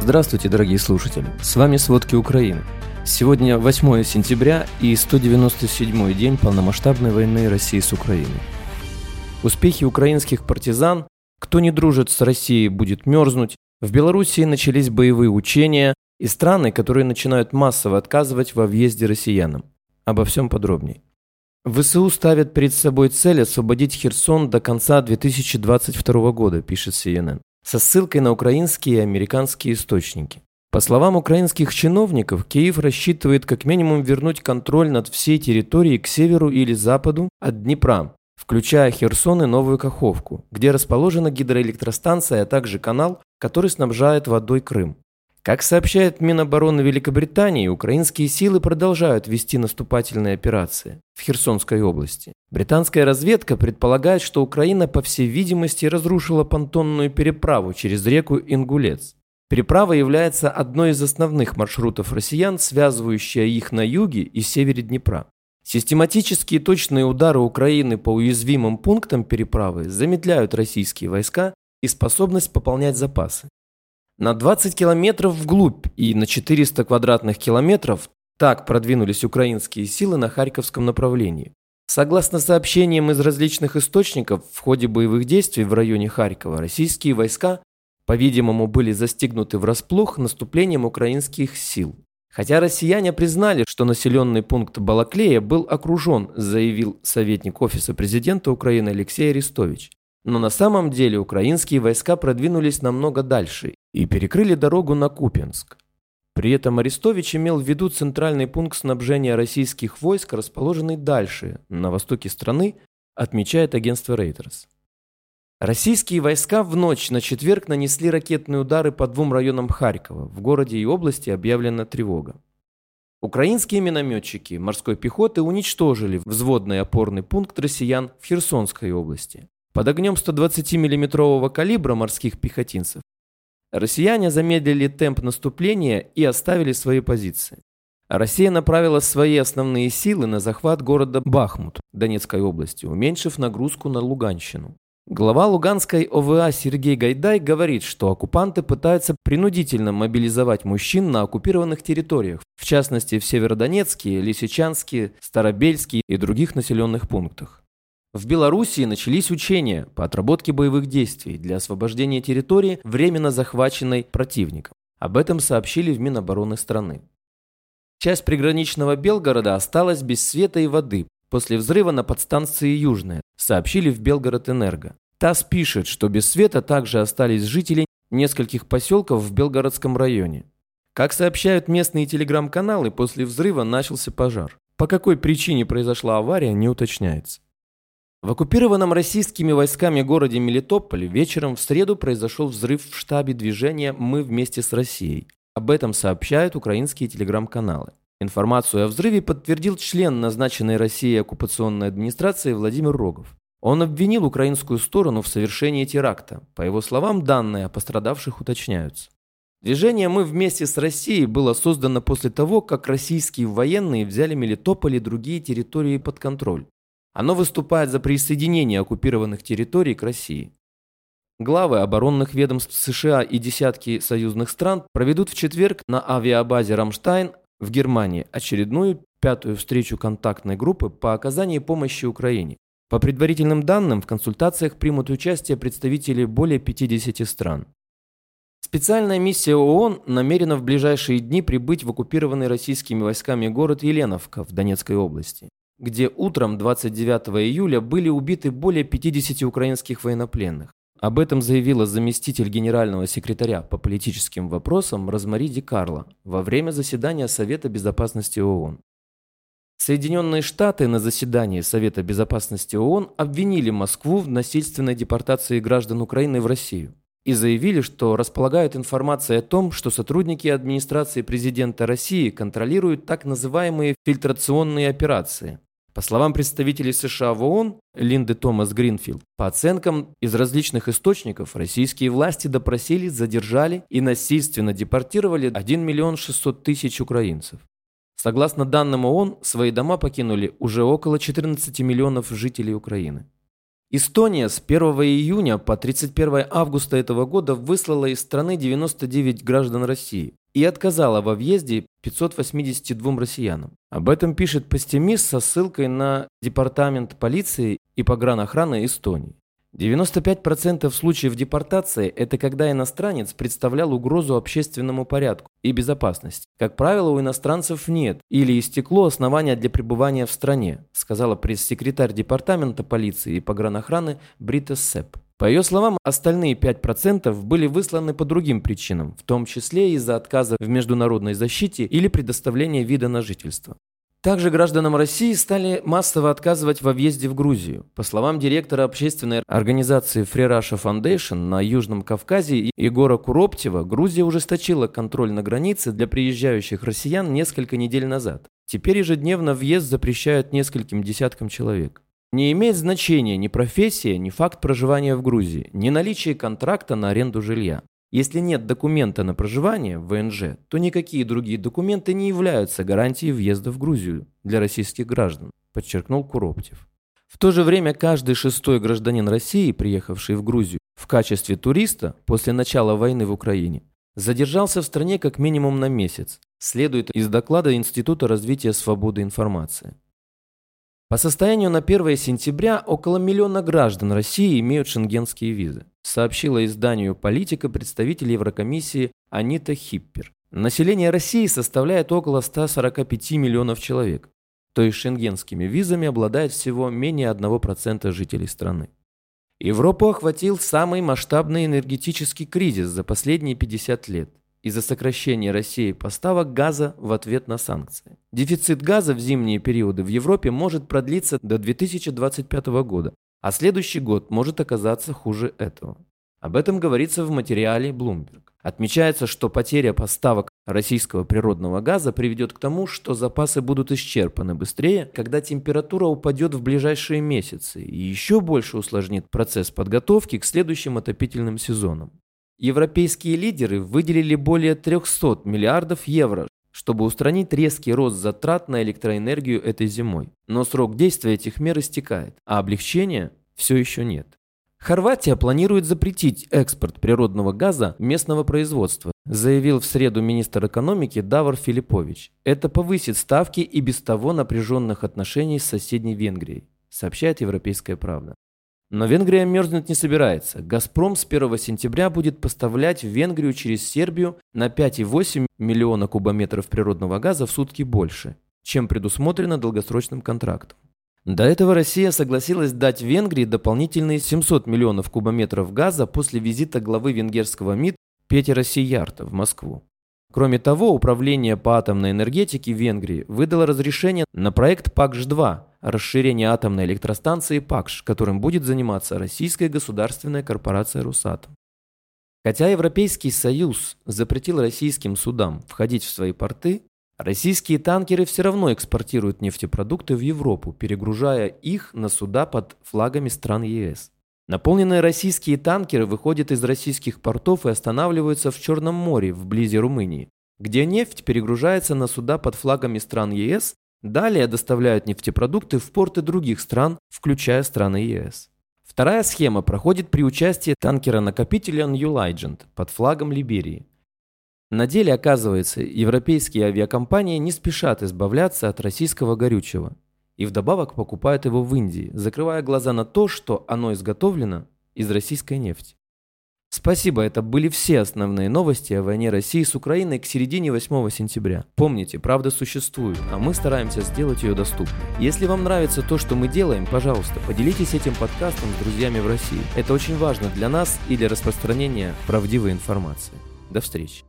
Здравствуйте, дорогие слушатели! С вами «Сводки Украины». Сегодня 8 сентября и 197-й день полномасштабной войны России с Украиной. Успехи украинских партизан, кто не дружит с Россией, будет мерзнуть. В Белоруссии начались боевые учения и страны, которые начинают массово отказывать во въезде россиянам. Обо всем подробнее. ВСУ ставят перед собой цель освободить Херсон до конца 2022 года, пишет CNN, со ссылкой на украинские и американские источники. По словам украинских чиновников, Киев рассчитывает как минимум вернуть контроль над всей территорией к северу или западу от Днепра, включая Херсон и Новую Каховку, где расположена гидроэлектростанция, а также канал, который снабжает водой Крым. Как сообщает Минобороны Великобритании, украинские силы продолжают вести наступательные операции в Херсонской области. Британская разведка предполагает, что Украина, по всей видимости, разрушила понтонную переправу через реку Ингулец. Переправа является одной из основных маршрутов россиян, связывающая их на юге и севере Днепра. Систематические точные удары Украины по уязвимым пунктам переправы замедляют российские войска и способность пополнять запасы. На 20 километров вглубь и на 400 квадратных километров так продвинулись украинские силы на Харьковском направлении. Согласно сообщениям из различных источников, в ходе боевых действий в районе Харькова российские войска, по-видимому, были застигнуты врасплох наступлением украинских сил. Хотя россияне признали, что населенный пункт Балаклея был окружен, заявил советник Офиса президента Украины Алексей Арестович. Но на самом деле украинские войска продвинулись намного дальше и перекрыли дорогу на Купянск. При этом Арестович имел в виду центральный пункт снабжения российских войск, расположенный дальше, на востоке страны, отмечает агентство Reuters. Российские войска в ночь на четверг нанесли ракетные удары по двум районам Харькова. В городе и области объявлена тревога. Украинские минометчики морской пехоты уничтожили взводный опорный пункт россиян в Херсонской области. Под огнем 120 миллиметрового калибра морских пехотинцев россияне замедлили темп наступления и оставили свои позиции. Россия направила свои основные силы на захват города Бахмут Донецкой области, уменьшив нагрузку на Луганщину. Глава Луганской ОВА Сергей Гайдай говорит, что оккупанты пытаются принудительно мобилизовать мужчин на оккупированных территориях, в частности в Северодонецке, Лисичанске, Старобельске и других населенных пунктах. В Белоруссии начались учения по отработке боевых действий для освобождения территории, временно захваченной противником. Об этом сообщили в Минобороны страны. Часть приграничного Белгорода осталась без света и воды после взрыва на подстанции Южная, сообщили в Белгород-Энерго. ТАСС пишет, что без света также остались жители нескольких поселков в Белгородском районе. Как сообщают местные телеграм-каналы, после взрыва начался пожар. По какой причине произошла авария, не уточняется. В оккупированном российскими войсками городе Мелитополь вечером в среду произошел взрыв в штабе движения «Мы вместе с Россией». Об этом сообщают украинские телеграм-каналы. Информацию о взрыве подтвердил член назначенной Россией оккупационной администрации Владимир Рогов. Он обвинил украинскую сторону в совершении теракта. По его словам, данные о пострадавших уточняются. Движение «Мы вместе с Россией» было создано после того, как российские военные взяли Мелитополь и другие территории под контроль. Оно выступает за присоединение оккупированных территорий к России. Главы оборонных ведомств США и десятки союзных стран проведут в четверг на авиабазе «Рамштайн» в Германии очередную пятую встречу контактной группы по оказанию помощи Украине. По предварительным данным, в консультациях примут участие представители более 50 стран. Специальная миссия ООН намерена в ближайшие дни прибыть в оккупированный российскими войсками город Еленовка в Донецкой области, где утром 29 июля были убиты более 50 украинских военнопленных. Об этом заявила заместитель генерального секретаря по политическим вопросам Розмари Ди Карло во время заседания Совета безопасности ООН. Соединенные Штаты на заседании Совета безопасности ООН обвинили Москву в насильственной депортации граждан Украины в Россию и заявили, что располагают информацией о том, что сотрудники администрации президента России контролируют так называемые фильтрационные операции. По словам представителей США в ООН Линды Томас Гринфилд, по оценкам из различных источников, российские власти допросили, задержали и насильственно депортировали 1 миллион 600 тысяч украинцев. Согласно данным ООН, свои дома покинули уже около 14 миллионов жителей Украины. Эстония с 1 июня по 31 августа этого года выслала из страны 99 граждан России и отказала во въезде 582 россиянам. Об этом пишет Постемис со ссылкой на Департамент полиции и погранохраны Эстонии. 95% случаев депортации – это когда иностранец представлял угрозу общественному порядку и безопасности. Как правило, у иностранцев нет или истекло основания для пребывания в стране, сказала пресс-секретарь Департамента полиции и погранохраны Брита Сепп. По ее словам, остальные 5% были высланы по другим причинам, в том числе из-за отказа в международной защите или предоставления вида на жительство. Также гражданам России стали массово отказывать во въезде в Грузию. По словам директора общественной организации Free Russia Foundation на Южном Кавказе Егора Куроптева, Грузия ужесточила контроль на границе для приезжающих россиян несколько недель назад. Теперь ежедневно въезд запрещают нескольким десяткам человек. Не имеет значения ни профессия, ни факт проживания в Грузии, ни наличие контракта на аренду жилья. Если нет документа на проживание, ВНЖ, то никакие другие документы не являются гарантией въезда в Грузию для российских граждан, подчеркнул Куроптев. В то же время каждый шестой гражданин России, приехавший в Грузию в качестве туриста после начала войны в Украине, задержался в стране как минимум на месяц, следует из доклада Института развития свободы информации. По состоянию на 1 сентября около миллиона граждан России имеют шенгенские визы, сообщила изданию «Политика» представитель Еврокомиссии Анита Хиппер. Население России составляет около 145 миллионов человек, то есть шенгенскими визами обладает всего менее 1% жителей страны. Европу охватил самый масштабный энергетический кризис за последние 50 лет. Из-за сокращения России поставок газа в ответ на санкции. Дефицит газа в зимние периоды в Европе может продлиться до 2025 года, а следующий год может оказаться хуже этого. Об этом говорится в материале Bloomberg. Отмечается, что потеря поставок российского природного газа приведет к тому, что запасы будут исчерпаны быстрее, когда температура упадет в ближайшие месяцы и еще больше усложнит процесс подготовки к следующим отопительным сезонам. Европейские лидеры выделили более 300 миллиардов евро, чтобы устранить резкий рост затрат на электроэнергию этой зимой. Но срок действия этих мер истекает, а облегчения все еще нет. Хорватия планирует запретить экспорт природного газа местного производства, заявил в среду министр экономики Давор Филиппович. Это повысит ставки и без того напряженных отношений с соседней Венгрией, сообщает «Европейская правда». Но Венгрия мерзнуть не собирается. «Газпром» с 1 сентября будет поставлять в Венгрию через Сербию на 5,8 миллиона кубометров природного газа в сутки больше, чем предусмотрено долгосрочным контрактом. До этого Россия согласилась дать Венгрии дополнительные 700 миллионов кубометров газа после визита главы венгерского МИД Петера Сиярта в Москву. Кроме того, Управление по атомной энергетике Венгрии выдало разрешение на проект ПАКШ-2, расширение атомной электростанции ПАКШ, которым будет заниматься российская государственная корпорация «Росатом». Хотя Европейский Союз запретил российским судам входить в свои порты, российские танкеры все равно экспортируют нефтепродукты в Европу, перегружая их на суда под флагами стран ЕС. Наполненные российские танкеры выходят из российских портов и останавливаются в Черном море, вблизи Румынии, где нефть перегружается на суда под флагами стран ЕС, далее доставляют нефтепродукты в порты других стран, включая страны ЕС. Вторая схема проходит при участии танкера-накопителя New Legend под флагом Либерии. На деле, оказывается, европейские авиакомпании не спешат избавляться от российского горючего и вдобавок покупают его в Индии, закрывая глаза на то, что оно изготовлено из российской нефти. Спасибо, это были все основные новости о войне России с Украиной к середине 8 сентября. Помните, правда существует, а мы стараемся сделать ее доступной. Если вам нравится то, что мы делаем, пожалуйста, поделитесь этим подкастом с друзьями в России. Это очень важно для нас и для распространения правдивой информации. До встречи.